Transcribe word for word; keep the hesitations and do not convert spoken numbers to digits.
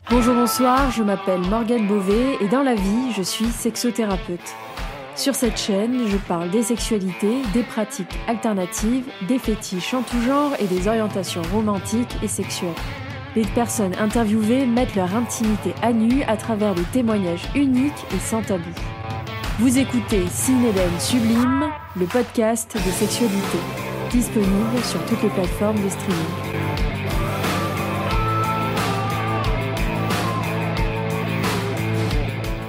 Bonjour, bonsoir, je m'appelle Morgane Beauvais et dans la vie, je suis sexothérapeute. Sur cette chaîne, je parle des sexualités, des pratiques alternatives, des fétiches en tout genre et des orientations romantiques et sexuelles. Les personnes interviewées mettent leur intimité à nu à travers des témoignages uniques et sans tabou. Vous écoutez Cinédène Sublime, le podcast de sexualité, disponible sur toutes les plateformes de streaming.